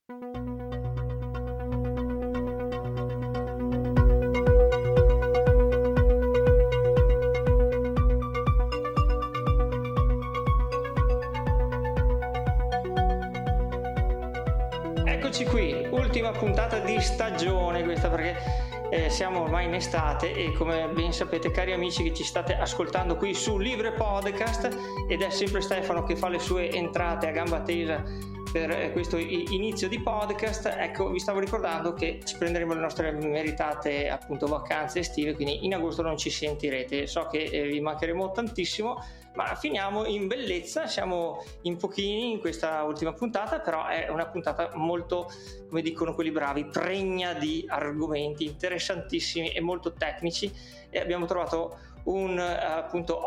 Eccoci qui, ultima puntata di stagione questa, perché siamo ormai in estate e come ben sapete, cari amici che ci state ascoltando qui su Libre Podcast, ed è sempre Stefano che fa le sue entrate a gamba tesa per questo inizio di podcast. Ecco, vi stavo ricordando che ci prenderemo le nostre meritate appunto vacanze estive, quindi in agosto non ci sentirete. So che vi mancheremo tantissimo, ma finiamo in bellezza. Siamo in pochini in questa ultima puntata, però è una puntata molto, come dicono quelli bravi, pregna di argomenti interessantissimi e molto tecnici, e abbiamo trovato un appunto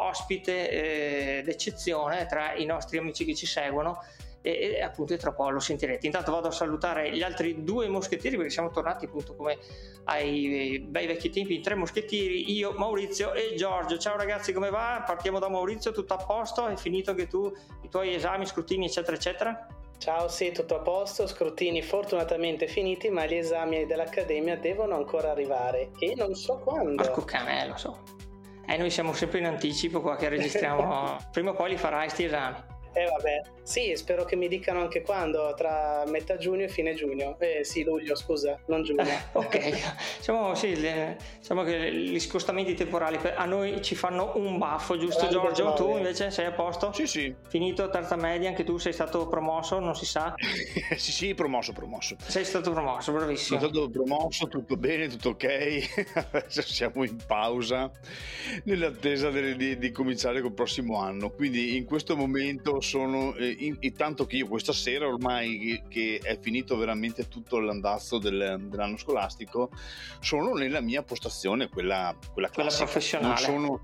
ospite d'eccezione tra i nostri amici che ci seguono, e appunto tra poco lo sentirete. Intanto vado a salutare gli altri due moschettieri, perché siamo tornati appunto come ai bei vecchi tempi, 3 moschettieri, io, Maurizio e Giorgio. Ciao ragazzi, come va? Partiamo da Maurizio, tutto a posto? Hai finito anche tu i tuoi esami, scrutini eccetera eccetera? Ciao, sì, tutto a posto, scrutini fortunatamente finiti, ma gli esami dell'Accademia devono ancora arrivare e non so quando. Marco cane, lo so. Noi siamo sempre in anticipo qua che registriamo. Prima o poi li farai sti esami. Vabbè, sì, spero che mi dicano anche quando, tra metà giugno e fine giugno. Sì, luglio, scusa, non giugno. Ok, diciamo che gli scostamenti temporali a noi ci fanno un baffo, giusto Giorgio? Tu invece sei a posto? Sì. Finito terza media, anche tu sei stato promosso, non si sa? Sì, promosso. Sei stato promosso, bravissimo. Sono stato promosso, tutto bene, tutto ok. Adesso siamo in pausa nell'attesa di cominciare col prossimo anno, quindi in questo momento sono intanto che io questa sera, ormai che è finito veramente tutto l'andazzo dell'anno scolastico, sono nella mia postazione, quella professionale.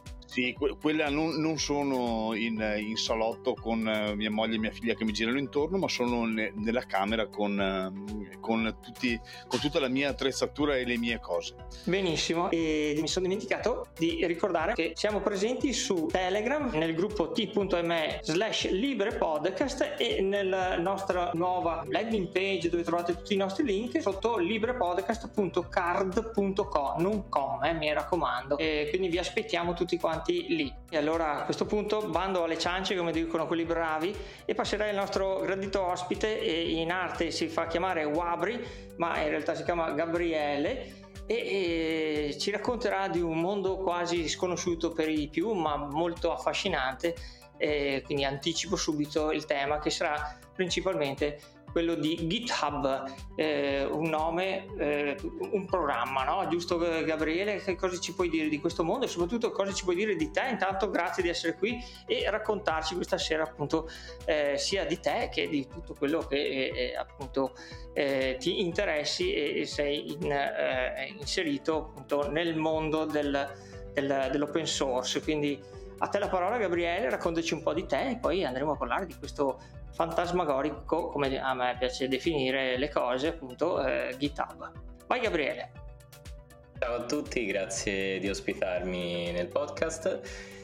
Quella non sono in salotto con mia moglie e mia figlia che mi girano intorno, ma sono nella camera con tutta la mia attrezzatura e le mie cose. Benissimo, e mi sono dimenticato di ricordare che siamo presenti su Telegram nel gruppo t.me/librepodcast e nella nostra nuova landing page dove trovate tutti i nostri link sotto librepodcast.card.com, non com, mi raccomando, e quindi vi aspettiamo tutti quanti lì. E allora a questo punto bando alle ciance, come dicono quelli bravi, e passerei al nostro gradito ospite, e in arte si fa chiamare Wabri, ma in realtà si chiama Gabriele, e ci racconterà di un mondo quasi sconosciuto per i più, ma molto affascinante, quindi anticipo subito il tema, che sarà principalmente quello di GitHub, un nome, un programma, no? Giusto Gabriele? Che cosa ci puoi dire di questo mondo e soprattutto cosa ci puoi dire di te? Intanto grazie di essere qui e raccontarci questa sera appunto sia di te che di tutto quello che appunto ti interessi e sei inserito appunto nel mondo dell'open source. Quindi a te la parola Gabriele, raccontaci un po' di te e poi andremo a parlare di questo fantasmagorico, come a me piace definire le cose, appunto GitHub. Vai Gabriele. Ciao a tutti, grazie di ospitarmi nel podcast.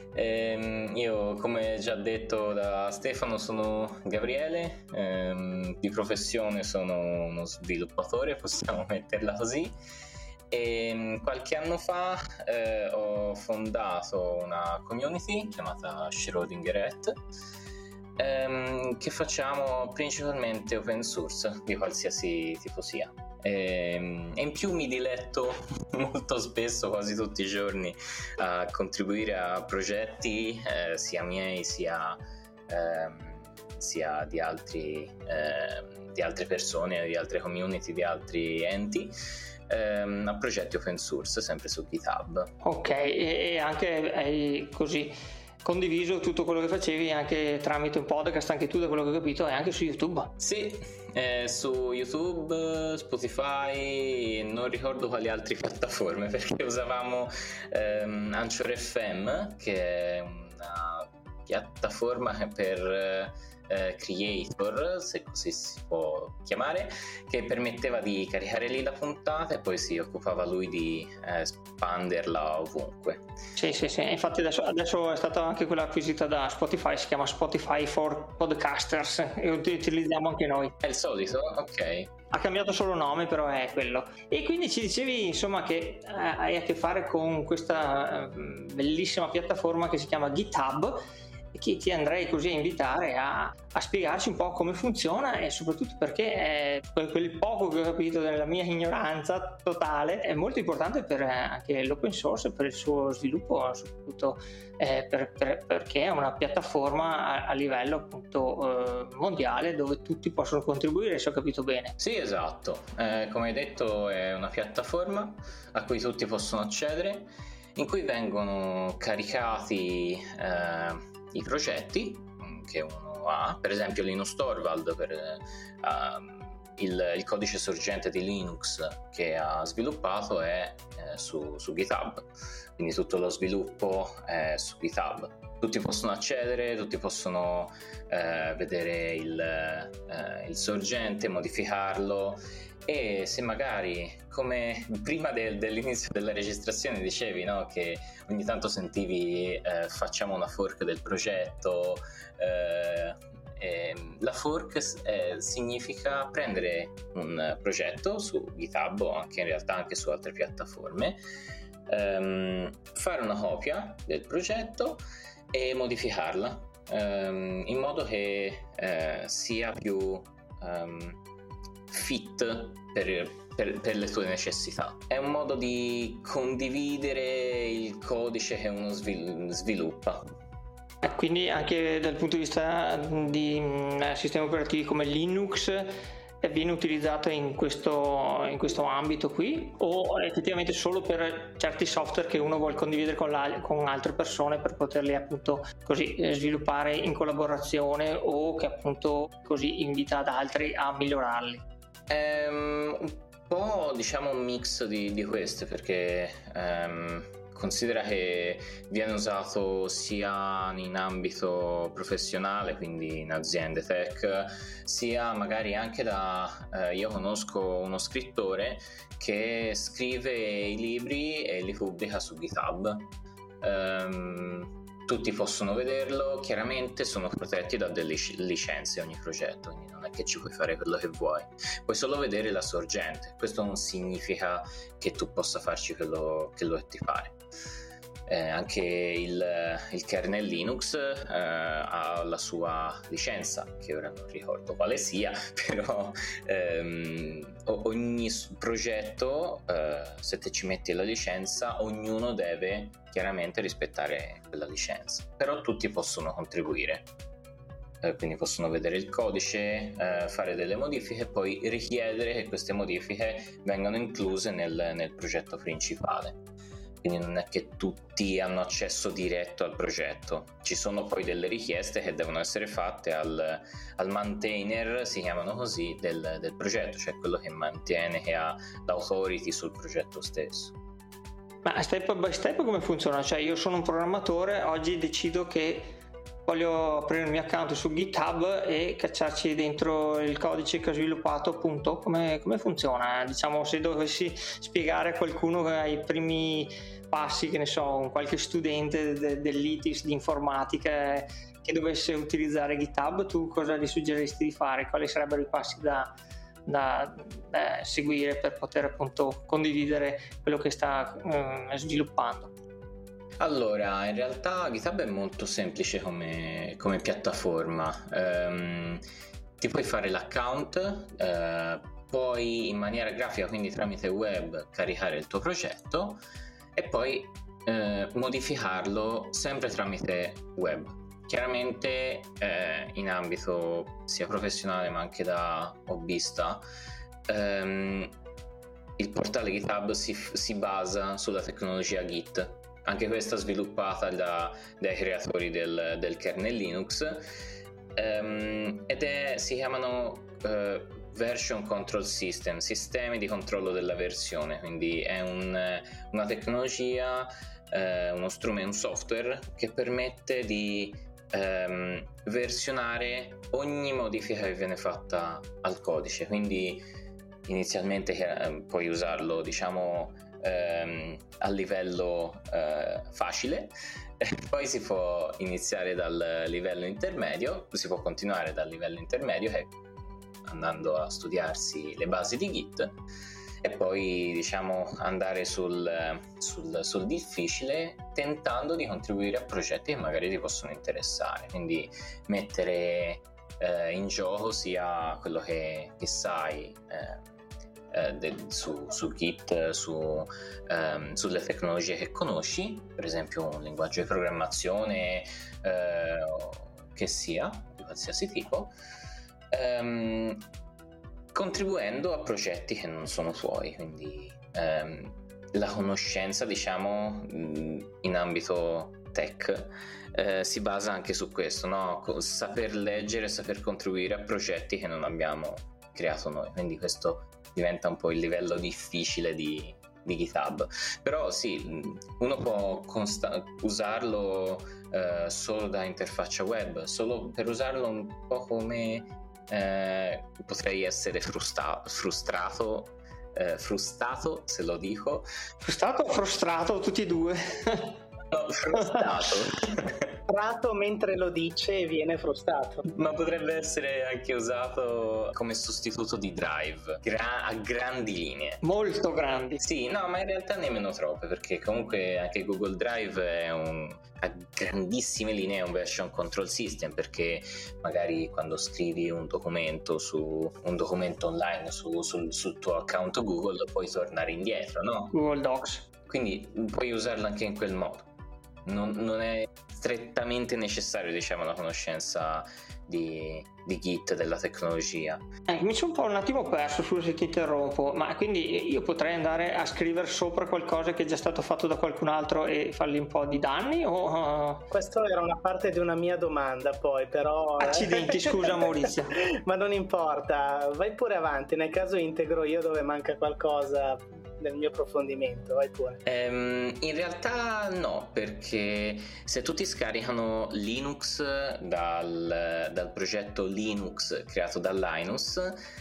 Io, come già detto da Stefano, sono Gabriele, di professione sono uno sviluppatore, possiamo metterla così. E qualche anno fa ho fondato una community chiamata Schrödingeret, che facciamo principalmente open source di qualsiasi tipo sia, e in più mi diletto molto spesso, quasi tutti i giorni, a contribuire a progetti sia miei sia di altre persone, di altre community, di altri enti, a progetti open source sempre su GitHub. Ok, e anche hai così condiviso tutto quello che facevi anche tramite un podcast, anche tu, da quello che ho capito, e anche su YouTube. Sì, su YouTube, Spotify, non ricordo quali altre piattaforme, perché usavamo Anchor FM, che è una piattaforma per Creator, se così si può chiamare, che permetteva di caricare lì la puntata e poi si occupava lui di espanderla ovunque. Sì, infatti adesso è stata anche quella acquisita da Spotify, si chiama Spotify for Podcasters e utilizziamo anche noi. È il solito? Ok. Ha cambiato solo nome, però è quello. E quindi ci dicevi insomma che hai a che fare con questa bellissima piattaforma che si chiama GitHub, e che ti andrei così a invitare a spiegarci un po' come funziona e soprattutto perché quel poco che ho capito nella mia ignoranza totale è molto importante per anche l'open source e per il suo sviluppo, soprattutto perché è una piattaforma a livello appunto mondiale dove tutti possono contribuire, se ho capito bene. Sì, esatto, come hai detto è una piattaforma a cui tutti possono accedere, in cui vengono caricati i progetti che uno ha, per esempio Linus Torvald per il codice sorgente di Linux che ha sviluppato è su GitHub, quindi tutto lo sviluppo è su GitHub. Tutti possono accedere, tutti possono vedere il sorgente, modificarlo, e se magari, come prima dell'inizio della registrazione dicevi, no, che ogni tanto sentivi facciamo una fork del progetto, la fork significa prendere un progetto su GitHub o anche in realtà anche su altre piattaforme, fare una copia del progetto e modificarla in modo che sia più fit per le tue necessità. È un modo di condividere il codice che uno sviluppa. Quindi anche dal punto di vista di sistemi operativi come Linux viene utilizzato in questo ambito qui, o effettivamente solo per certi software che uno vuole condividere con altre persone per poterli appunto così sviluppare in collaborazione, o che appunto così invita ad altri a migliorarli? Un po' diciamo un mix di queste, perché considera che viene usato sia in ambito professionale, quindi in aziende tech, sia magari anche io conosco uno scrittore che scrive i libri e li pubblica su GitHub. Tutti possono vederlo, chiaramente sono protetti da delle licenze ogni progetto, quindi non è che ci puoi fare quello che vuoi, puoi solo vedere la sorgente. Questo non significa che tu possa farci quello che ti pare. Anche il kernel Linux ha la sua licenza, che ora non ricordo quale sia, però ogni progetto, se te ci metti la licenza, ognuno deve chiaramente rispettare quella licenza, però tutti possono contribuire, quindi possono vedere il codice, fare delle modifiche e poi richiedere che queste modifiche vengano incluse nel progetto principale. Quindi non è che tutti hanno accesso diretto al progetto, ci sono poi delle richieste che devono essere fatte al maintainer, si chiamano così, del progetto, cioè quello che mantiene, che ha l'authority sul progetto stesso. Ma step by step come funziona? Cioè io sono un programmatore, oggi decido che voglio aprire il mio account su GitHub e cacciarci dentro il codice che ho sviluppato, appunto. Come funziona? Diciamo, se dovessi spiegare a qualcuno che ha i primi passi, che ne so, qualche studente dell'ITIS di informatica che dovesse utilizzare GitHub, tu cosa gli suggeriresti di fare? Quali sarebbero i passi da seguire per poter appunto condividere quello che sta sviluppando? Allora, in realtà GitHub è molto semplice come piattaforma. Ti puoi fare l'account, poi in maniera grafica, quindi tramite web, caricare il tuo progetto e poi modificarlo sempre tramite web. Chiaramente in ambito sia professionale ma anche da hobbista, il portale GitHub si basa sulla tecnologia Git. Anche questa sviluppata dai creatori del kernel Linux, si chiamano version control system, sistemi di controllo della versione, quindi è una tecnologia, un software che permette di versionare ogni modifica che viene fatta al codice, quindi inizialmente puoi usarlo diciamo a livello facile, poi si può iniziare dal livello intermedio, si può continuare dal livello intermedio andando a studiarsi le basi di Git, e poi diciamo andare sul difficile, tentando di contribuire a progetti che magari ti possono interessare, quindi mettere in gioco sia quello che sai su Git, sulle tecnologie che conosci, per esempio un linguaggio di programmazione che sia di qualsiasi tipo, contribuendo a progetti che non sono tuoi, quindi la conoscenza diciamo in ambito tech si basa anche su questo, no? Saper leggere, saper contribuire a progetti che non abbiamo creato noi, quindi questo diventa un po' il livello difficile di GitHub. Però sì, uno può usarlo solo da interfaccia web, solo per usarlo un po' come potrei essere frustrato se lo dico. Frustrato o frustrato? Tutti e due. No, frustrato. Frustrato mentre lo dice e viene frustrato. Ma potrebbe essere anche usato come sostituto di Drive a grandi linee. Molto grandi. Sì, no, ma in realtà nemmeno troppe, perché comunque anche Google Drive è a grandissime linee è un version control system, perché magari quando scrivi un documento online sul tuo account Google puoi tornare indietro, no? Google Docs. Quindi puoi usarlo anche in quel modo. Non è strettamente necessario, diciamo, la conoscenza di Git, della tecnologia. Mi sono un attimo perso, scusa se ti interrompo, ma quindi io potrei andare a scrivere sopra qualcosa che è già stato fatto da qualcun altro e fargli un po' di danni? O... Questo era una parte di una mia domanda, poi però... Accidenti, scusa Maurizio. Ma non importa, vai pure avanti, nel caso integro io dove manca qualcosa nel mio approfondimento, vai pure. In realtà no, perché se tutti scaricano Linux dal progetto Linux creato da Linus,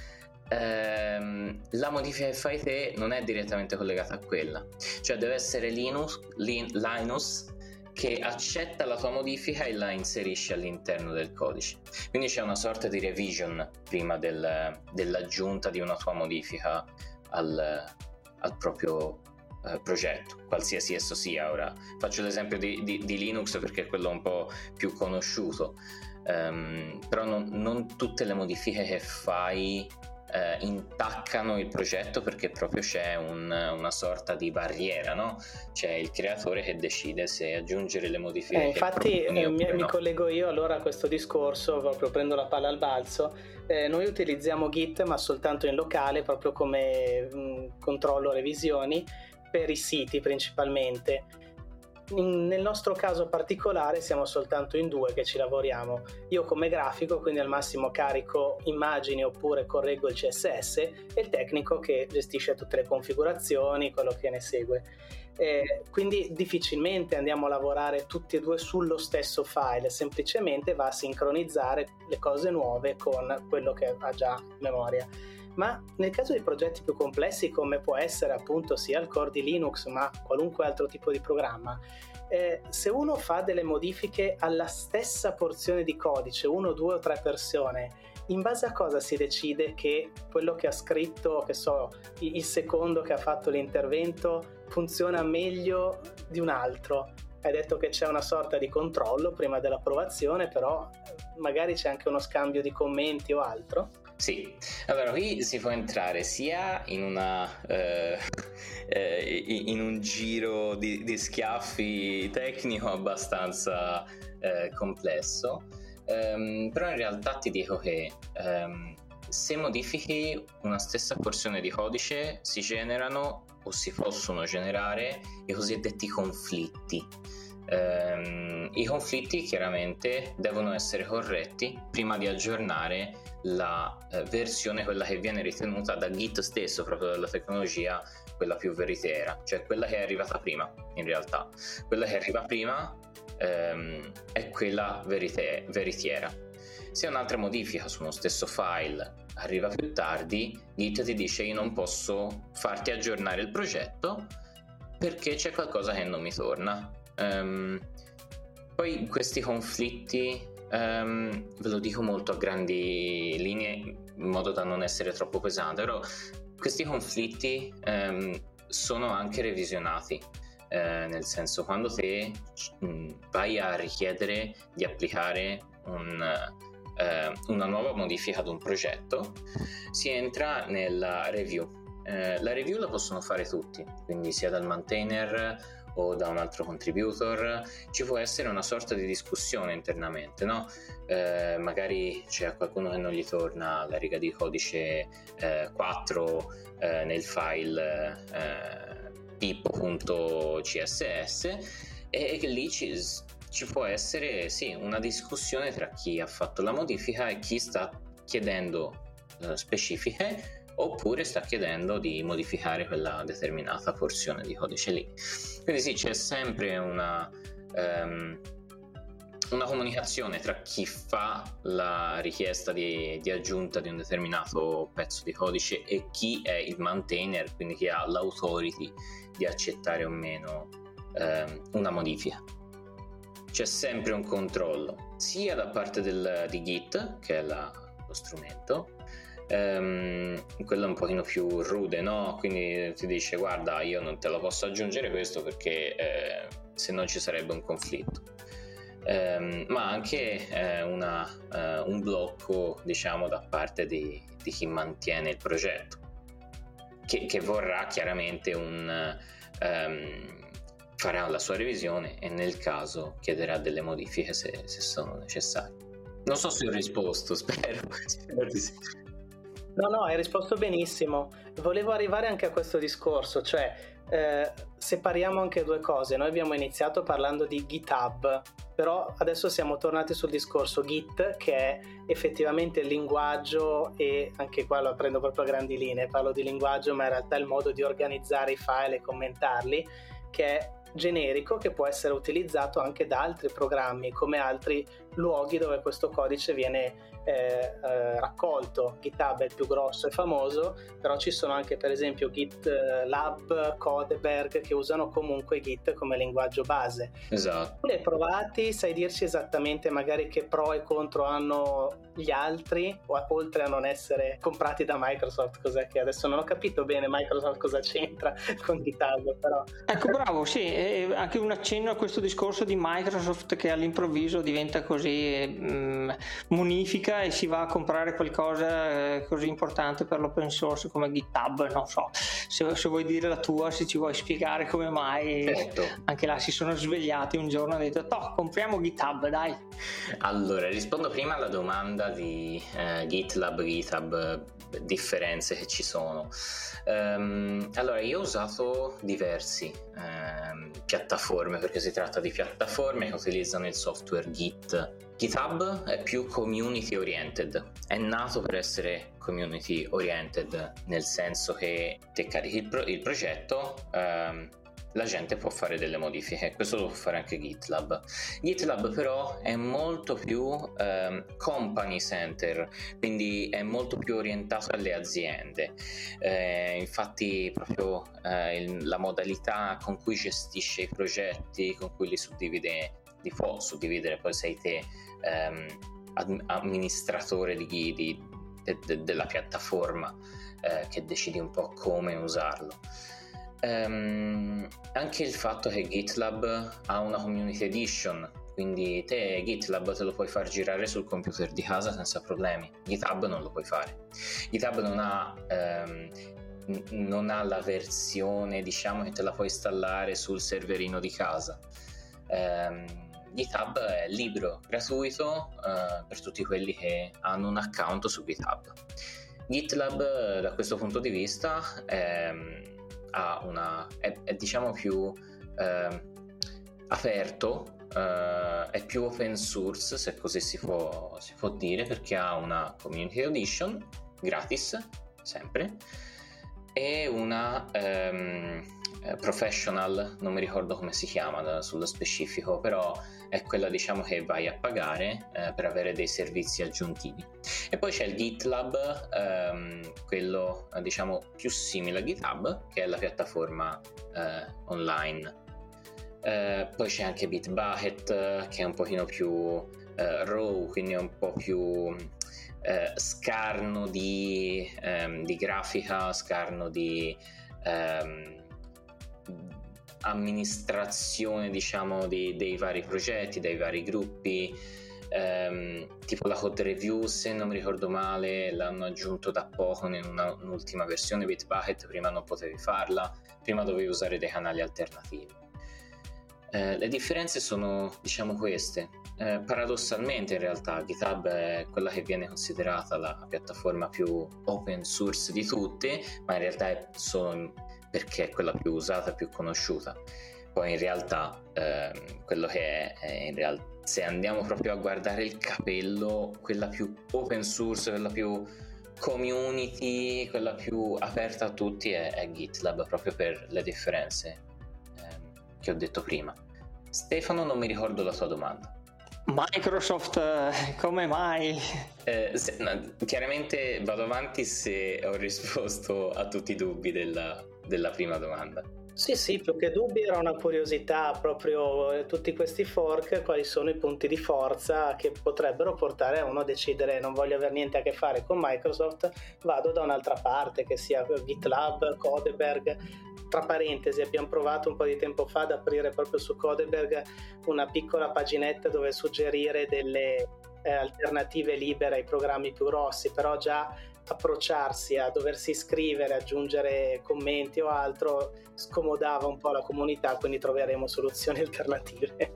la modifica che fai te non è direttamente collegata a quella, cioè deve essere Linus che accetta la tua modifica e la inserisce all'interno del codice, quindi c'è una sorta di revision prima dell'aggiunta di una tua modifica al proprio progetto, qualsiasi esso sia. Ora faccio l'esempio di Linux perché è quello un po' più conosciuto, però non tutte le modifiche che fai intaccano il progetto, perché proprio c'è una sorta di barriera, no? C'è il creatore che decide se aggiungere le modifiche. Infatti mi collego io allora a questo discorso, proprio prendo la palla al balzo. Noi utilizziamo Git ma soltanto in locale, proprio come controllo revisioni per i siti principalmente. Nel nostro caso particolare siamo soltanto in due che ci lavoriamo, io come grafico, quindi al massimo carico immagini oppure correggo il CSS, e il tecnico che gestisce tutte le configurazioni, quello che ne segue. Quindi difficilmente andiamo a lavorare tutti e due sullo stesso file, semplicemente va a sincronizzare le cose nuove con quello che ha già in memoria. Ma nel caso di progetti più complessi, come può essere appunto sia il core di Linux ma qualunque altro tipo di programma, se uno fa delle modifiche alla stessa porzione di codice, 1, 2 o 3 persone, in base a cosa si decide che quello che ha scritto, che so, il secondo che ha fatto l'intervento funziona meglio di un altro? Hai detto che c'è una sorta di controllo prima dell'approvazione, però magari c'è anche uno scambio di commenti o altro? Sì, allora qui si può entrare sia in un giro di schiaffi tecnico abbastanza complesso, però in realtà ti dico che se modifichi una stessa porzione di codice si generano o si possono generare i cosiddetti conflitti. I conflitti chiaramente devono essere corretti prima di aggiornare la versione, quella che viene ritenuta da Git stesso, proprio dalla tecnologia, quella più veritiera, cioè quella che è arrivata prima. In realtà quella che arriva prima è quella veritiera. Se un'altra modifica su uno stesso file arriva più tardi, Git ti dice: io non posso farti aggiornare il progetto perché c'è qualcosa che non mi torna. Poi questi conflitti, ve lo dico molto a grandi linee in modo da non essere troppo pesante, però questi conflitti sono anche revisionati, nel senso, quando te vai a richiedere di applicare una nuova modifica ad un progetto, si entra nella review. La review la possono fare tutti, quindi sia dal maintainer o da un altro contributor. Ci può essere una sorta di discussione internamente, no? Magari c'è qualcuno che non gli torna la riga di codice 4 nel file pip.css, e lì ci può essere una discussione tra chi ha fatto la modifica e chi sta chiedendo specifiche, oppure sta chiedendo di modificare quella determinata porzione di codice lì. Quindi sì, c'è sempre una comunicazione tra chi fa la richiesta di aggiunta di un determinato pezzo di codice e chi è il maintainer, quindi chi ha l'authority di accettare o meno una modifica. C'è sempre un controllo sia da parte di Git, che è lo strumento, quello è un pochino più rude, no? Quindi ti dice: guarda, io non te lo posso aggiungere questo perché se no ci sarebbe un conflitto, ma anche un blocco, diciamo, da parte di chi mantiene il progetto, che vorrà chiaramente farà la sua revisione e nel caso chiederà delle modifiche se sono necessarie. Non so se ho risposto, spero di sì. No, hai risposto benissimo. Volevo arrivare anche a questo discorso, cioè separiamo anche due cose. Noi abbiamo iniziato parlando di GitHub, però adesso siamo tornati sul discorso Git, che è effettivamente il linguaggio, e anche qua lo prendo proprio a grandi linee, parlo di linguaggio ma in realtà è il modo di organizzare i file e commentarli, che è generico, che può essere utilizzato anche da altri programmi come altri luoghi dove questo codice viene raccolto. GitHub è il più grosso e famoso, però ci sono anche per esempio GitLab, Codeberg, che usano comunque Git come linguaggio base. Esatto. Tu li hai provati? Sai dirci esattamente magari che pro e contro hanno gli altri, oltre a non essere comprati da Microsoft? Cos'è che adesso non ho capito bene Microsoft cosa c'entra con GitHub, però ecco, bravo, sì, anche un accenno a questo discorso di Microsoft che all'improvviso diventa così munifica e si va a comprare qualcosa così importante per l'open source come GitHub. Non so se vuoi dire la tua, se ci vuoi spiegare come mai. Certo. Anche là si sono svegliati un giorno e hanno detto: toh, compriamo GitHub, dai. Allora, rispondo prima alla domanda di GitLab, GitHub, differenze che ci sono. Allora, io ho usato diversi piattaforme, perché si tratta di piattaforme che utilizzano il software Git. GitHub è più community oriented, è nato per essere community oriented, nel senso che te carichi il progetto, la gente può fare delle modifiche. Questo lo può fare anche GitLab. GitLab però è molto più company center, quindi è molto più orientato alle aziende. Infatti proprio la modalità con cui gestisce i progetti, con cui li suddivide, li può suddividere, poi sei te amministratore della piattaforma, che decidi un po' come usarlo. Anche il fatto che GitLab ha una community edition, quindi te GitLab te lo puoi far girare sul computer di casa senza problemi. GitHub non lo puoi fare. GitHub non ha la versione, diciamo, che te la puoi installare sul serverino di casa. GitHub è libero, gratuito, per tutti quelli che hanno un account su GitHub. GitLab da questo punto di vista è diciamo più aperto, è più open source, se così si può dire, perché ha una community edition gratis sempre, e una professional, non mi ricordo come si chiama sullo specifico, però è quella, diciamo, che vai a pagare per avere dei servizi aggiuntivi. E poi c'è il GitLab, quello diciamo più simile a GitHub, che è la piattaforma online. Poi c'è anche Bitbucket, che è un pochino più raw, quindi è un po' più scarno di grafica, scarno di amministrazione, diciamo, dei vari progetti, dei vari gruppi, tipo la code review, se non mi ricordo male l'hanno aggiunto da poco in un'ultima versione Bitbucket, prima non potevi farla, prima dovevi usare dei canali alternativi. Le differenze sono, diciamo, queste. Paradossalmente in realtà GitHub è quella che viene considerata la piattaforma più open source di tutte, ma in realtà è solo perché è quella più usata, più conosciuta. Poi in realtà quello che è in realtà, se andiamo proprio a guardare il capello, quella più open source, quella più community, quella più aperta a tutti è GitLab, proprio per le differenze che ho detto prima. Stefano, non mi ricordo la tua domanda. Microsoft, come mai? Chiaramente vado avanti se ho risposto a tutti i dubbi della prima domanda. Sì, più che dubbi era una curiosità, proprio tutti questi fork, quali sono i punti di forza che potrebbero portare a uno a decidere non voglio avere niente a che fare con Microsoft, vado da un'altra parte, che sia GitLab, Codeberg. Tra parentesi, abbiamo provato un po' di tempo fa ad aprire proprio su Codeberg una piccola paginetta dove suggerire delle alternative libere ai programmi più grossi, però già approcciarsi a doversi iscrivere, aggiungere commenti o altro scomodava un po' la comunità, quindi troveremo soluzioni alternative.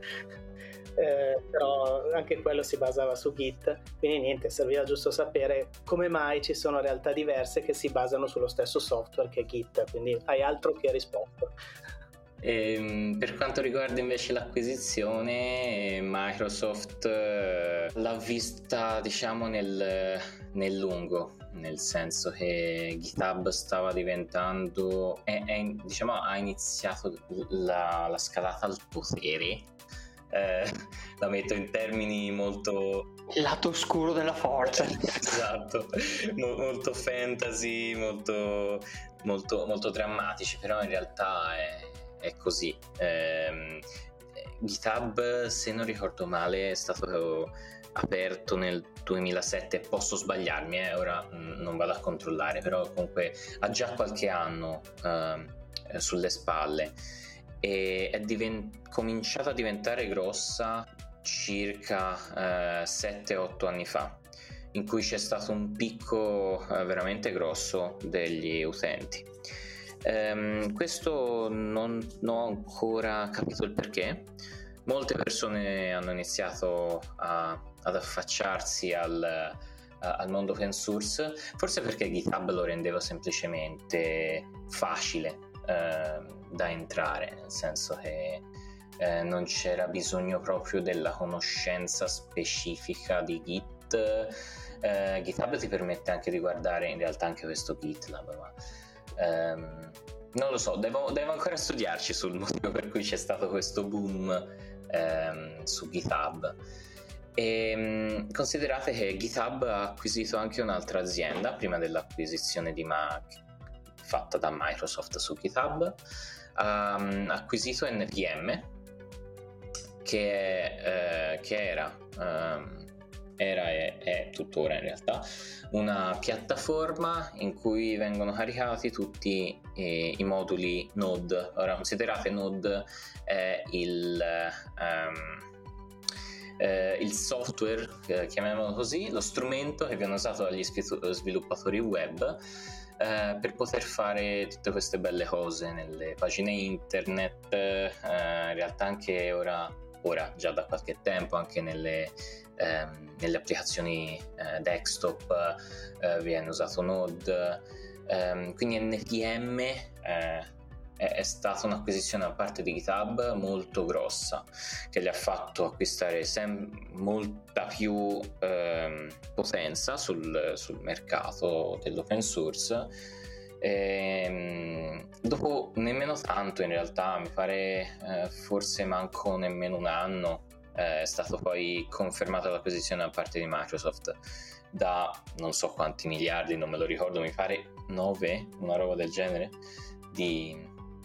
Però anche quello si basava su Git, quindi niente, serviva giusto sapere come mai ci sono realtà diverse che si basano sullo stesso software che è Git, quindi hai altro che risposto. Per quanto riguarda invece l'acquisizione, Microsoft l'ha vista, diciamo, nel lungo, nel senso che GitHub stava diventando diciamo, ha iniziato la scalata al potere. La metto in termini molto lato oscuro della forza. Esatto, molto fantasy, molto drammatici, però in realtà è così. GitHub, se non ricordo male, è stato aperto nel 2007, posso sbagliarmi, ora non vado a controllare, però comunque ha già qualche anno sulle spalle e è cominciata a diventare grossa circa 7-8 anni fa, in cui c'è stato un picco veramente grosso degli utenti. Questo non ho ancora capito il perché. Molte persone hanno iniziato ad affacciarsi al mondo open source, forse perché GitHub lo rendeva semplicemente facile da entrare, nel senso che non c'era bisogno proprio della conoscenza specifica di Git. GitHub ti permette anche di guardare in realtà anche questo GitLab, ma non lo so, devo ancora studiarci sul motivo per cui c'è stato questo boom su GitHub. E considerate che GitHub ha acquisito anche un'altra azienda prima dell'acquisizione di fatta da Microsoft su GitHub. Ha acquisito NPM, che era e è tuttora in realtà una piattaforma in cui vengono caricati tutti i moduli Node. Ora, considerate, Node è il software, chiamiamolo così, lo strumento che viene usato dagli sviluppatori web per poter fare tutte queste belle cose nelle pagine internet, in realtà anche ora già da qualche tempo anche nelle applicazioni desktop viene usato Node, quindi NPM è stata un'acquisizione da parte di GitHub molto grossa, che gli ha fatto acquistare molta più potenza sul mercato dell'open source, Dopo nemmeno tanto, in realtà mi pare forse manco nemmeno un anno, è stato poi confermata l'acquisizione da parte di Microsoft da non so quanti miliardi, non me lo ricordo, mi pare 9, una roba del genere, di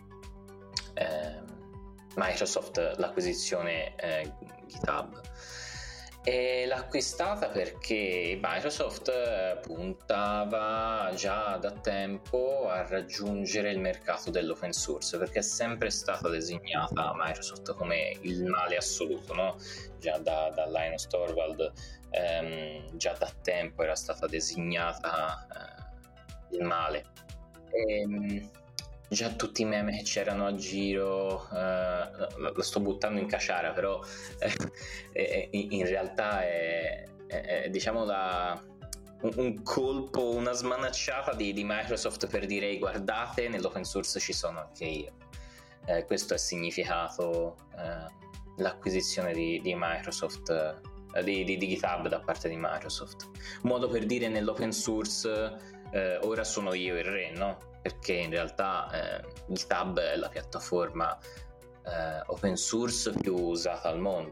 Microsoft, l'acquisizione GitHub. E l'ha acquistata perché Microsoft puntava già da tempo a raggiungere il mercato dell'open source, perché è sempre stata designata Microsoft come il male assoluto, no? Già da Linus Torvald, già da tempo era stata designata il male. Già tutti i meme che c'erano a giro, lo sto buttando in caciara, però in realtà è diciamo un colpo, una smanacciata di Microsoft per dire guardate, nell'open source ci sono anche io. Questo è significato l'acquisizione di Microsoft, di GitHub da parte di Microsoft. Un modo per dire nell'open source ora sono io il re, no? Perché in realtà GitHub è la piattaforma open source più usata al mondo.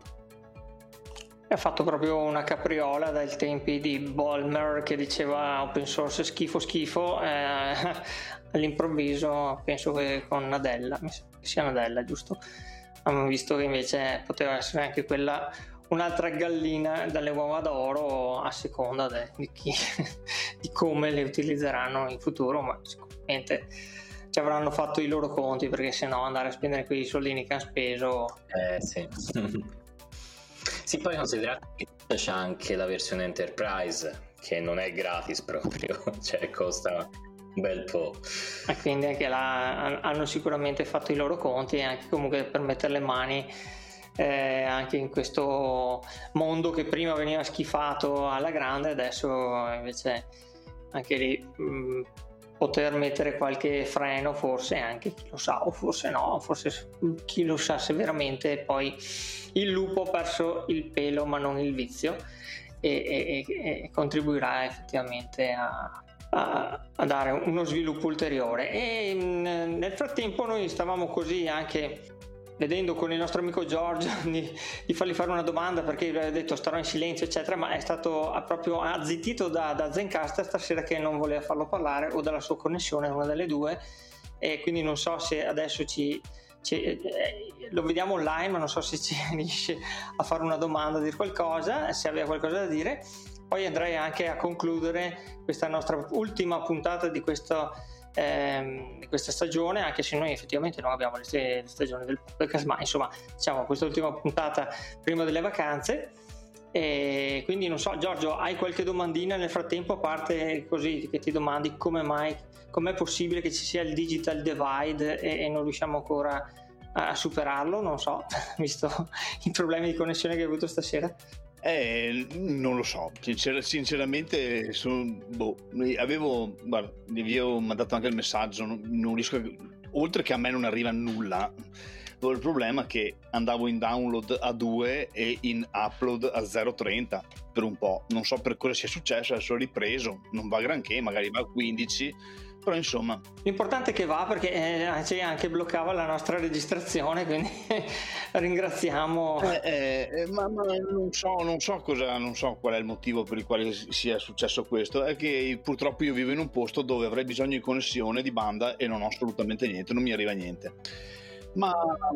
Ha fatto proprio una capriola dai tempi di Ballmer che diceva open source schifo, all'improvviso penso che con Nadella, mi sa che sia Nadella, giusto? Abbiamo visto che invece poteva essere anche quella un'altra gallina dalle uova d'oro, a seconda di come le utilizzeranno in futuro, ma sicuramente ci avranno fatto i loro conti, perché se no andare a spendere quei soldini che hanno speso sì. Sì, poi considerate che c'è anche la versione Enterprise che non è gratis proprio, cioè costa un bel po', e quindi anche là hanno sicuramente fatto i loro conti, e anche comunque per mettere le mani anche in questo mondo che prima veniva schifato alla grande, adesso invece anche lì poter mettere qualche freno, forse anche, chi lo sa, o forse no, forse chi lo sa se veramente poi il lupo ha perso il pelo ma non il vizio, e contribuirà effettivamente a dare uno sviluppo ulteriore. E nel frattempo noi stavamo così anche vedendo con il nostro amico Giorgio di fargli fare una domanda, perché lui ha detto starò in silenzio eccetera, ma è stato proprio azzittito da Zencastr stasera, che non voleva farlo parlare, o dalla sua connessione, una delle due, e quindi non so se adesso lo vediamo online, ma non so se ci riesce a fare una domanda, a dire qualcosa, se aveva qualcosa da dire. Poi andrei anche a concludere questa nostra ultima puntata di questa stagione, anche se noi effettivamente non abbiamo le stagioni del podcast, ma insomma diciamo questa ultima puntata prima delle vacanze. E quindi non so, Giorgio, hai qualche domandina nel frattempo, a parte così che ti domandi com'è possibile che ci sia il digital divide e non riusciamo ancora a superarlo, non so, visto i problemi di connessione che hai avuto stasera? Non lo so, sinceramente vi avevo mandato anche il messaggio, non riesco oltre che a me non arriva nulla. Il problema è che andavo in download a 2 e in upload a 0,30 per un po', non so per cosa sia successo, adesso ho ripreso, non va granché, magari va a 15, però insomma l'importante è che va, perché anche bloccava la nostra registrazione, quindi ringraziamo. Ma non so qual è il motivo per il quale sia successo questo. È che purtroppo io vivo in un posto dove avrei bisogno di connessione di banda e non ho assolutamente niente, non mi arriva niente, ma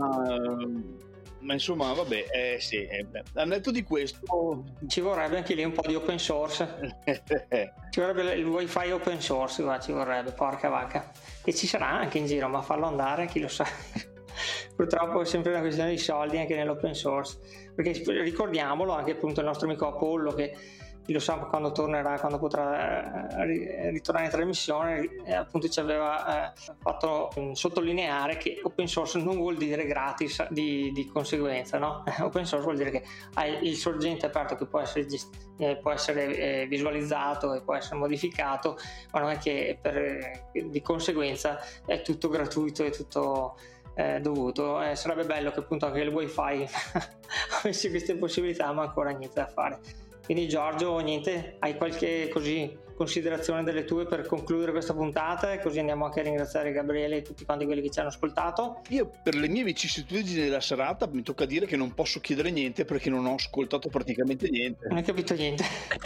insomma vabbè, sì, al netto di questo ci vorrebbe anche lì un po' di open source. Ci vorrebbe il wifi open source, ci vorrebbe, porca vacca, e ci sarà anche in giro, ma farlo andare chi lo sa. Purtroppo è sempre una questione di soldi anche nell'open source, perché ricordiamolo anche appunto il nostro amico Apollo, che chi lo sa quando potrà ritornare in trasmissione, appunto ci aveva fatto sottolineare che open source non vuol dire gratis di conseguenza, no? Open source vuol dire che hai il sorgente aperto che può essere visualizzato e può essere modificato, ma non è che di conseguenza è tutto gratuito e tutto dovuto. Sarebbe bello che appunto anche il wifi avesse queste possibilità, ma ancora niente da fare. Quindi Giorgio, niente, hai qualche considerazione delle tue per concludere questa puntata, e così andiamo anche a ringraziare Gabriele e tutti quanti quelli che ci hanno ascoltato. Io, per le mie vicissitudini della serata, mi tocca dire che non posso chiedere niente perché non ho ascoltato praticamente niente. Non hai capito niente?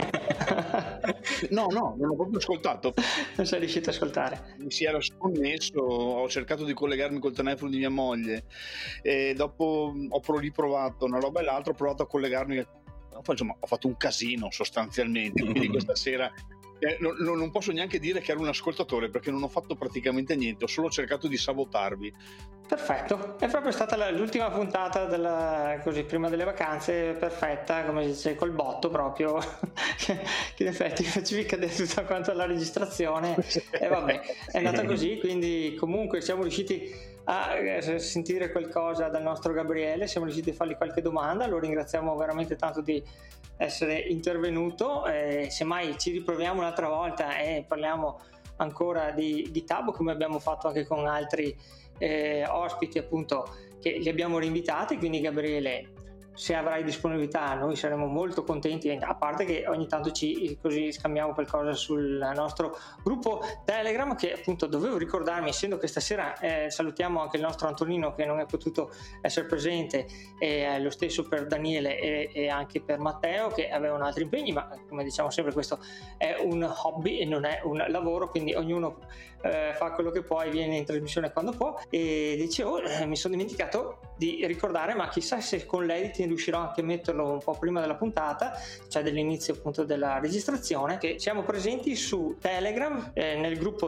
No, non ho proprio ascoltato. Non sei riuscito ad ascoltare. Mi si era sconnesso, ho cercato di collegarmi col telefono di mia moglie e dopo ho riprovato una roba e l'altra, ho provato a collegarmi, insomma ho fatto un casino sostanzialmente, quindi questa sera non posso neanche dire che ero un ascoltatore perché non ho fatto praticamente niente, ho solo cercato di sabotarvi. Perfetto, è proprio stata l'ultima puntata così prima delle vacanze, perfetta, come si dice, col botto proprio, che in effetti facevi cadere tutta quanto la registrazione e vabbè, è andata così. Quindi comunque siamo riusciti a sentire qualcosa dal nostro Gabriele, siamo riusciti a fargli qualche domanda, lo ringraziamo veramente tanto di essere intervenuto. Semmai ci riproviamo un'altra volta e parliamo ancora di Tabo, come abbiamo fatto anche con altri ospiti appunto che li abbiamo rinvitati. Quindi Gabriele, se avrai disponibilità noi saremo molto contenti, a parte che ogni tanto ci così scambiamo qualcosa sul nostro gruppo Telegram, che appunto dovevo ricordarmi, essendo che stasera salutiamo anche il nostro Antonino che non è potuto essere presente, e lo stesso per Daniele e anche per Matteo che avevano altri impegni, ma come diciamo sempre questo è un hobby e non è un lavoro, quindi ognuno fa quello che può e viene in trasmissione quando può. E dicevo, mi sono dimenticato di ricordare, ma chissà se con l'editing riuscirò anche a metterlo un po' prima della puntata, cioè dell'inizio appunto della registrazione, che siamo presenti su Telegram, nel gruppo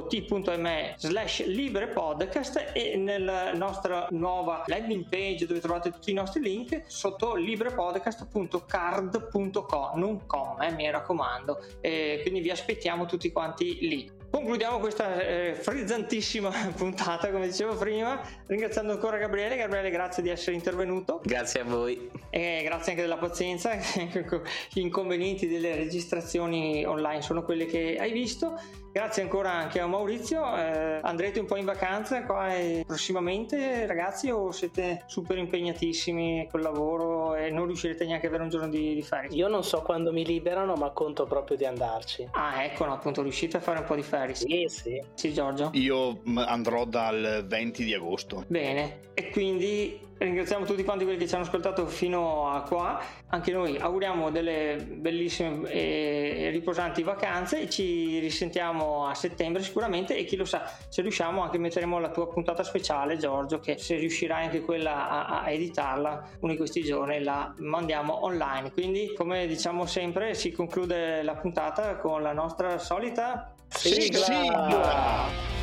t.me/librepodcast e nella nostra nuova landing page dove trovate tutti i nostri link sotto librepodcast.card.co, non com, mi raccomando, quindi vi aspettiamo tutti quanti lì. Concludiamo questa frizzantissima puntata, come dicevo prima, ringraziando ancora Gabriele. Gabriele, grazie di essere intervenuto. Grazie a voi. E grazie anche della pazienza. Gli inconvenienti delle registrazioni online sono quelle che hai visto. Grazie ancora anche a Maurizio. Andrete un po' in vacanza qua prossimamente, ragazzi, o siete super impegnatissimi col lavoro e non riuscirete neanche ad avere un giorno di ferie? Io non so quando mi liberano, ma conto proprio di andarci. Ah, ecco, no, appunto, riuscite a fare un po' di ferie? Sì. Sì, Giorgio? Io andrò dal 20 di agosto. Bene, e quindi ringraziamo tutti quanti quelli che ci hanno ascoltato fino a qua. Anche noi auguriamo delle bellissime e riposanti vacanze e ci risentiamo a settembre sicuramente, e chi lo sa, se riusciamo anche metteremo la tua puntata speciale, Giorgio, che se riuscirai anche quella a editarla uno di questi giorni la mandiamo online. Quindi, come diciamo sempre, si conclude la puntata con la nostra solita sigla!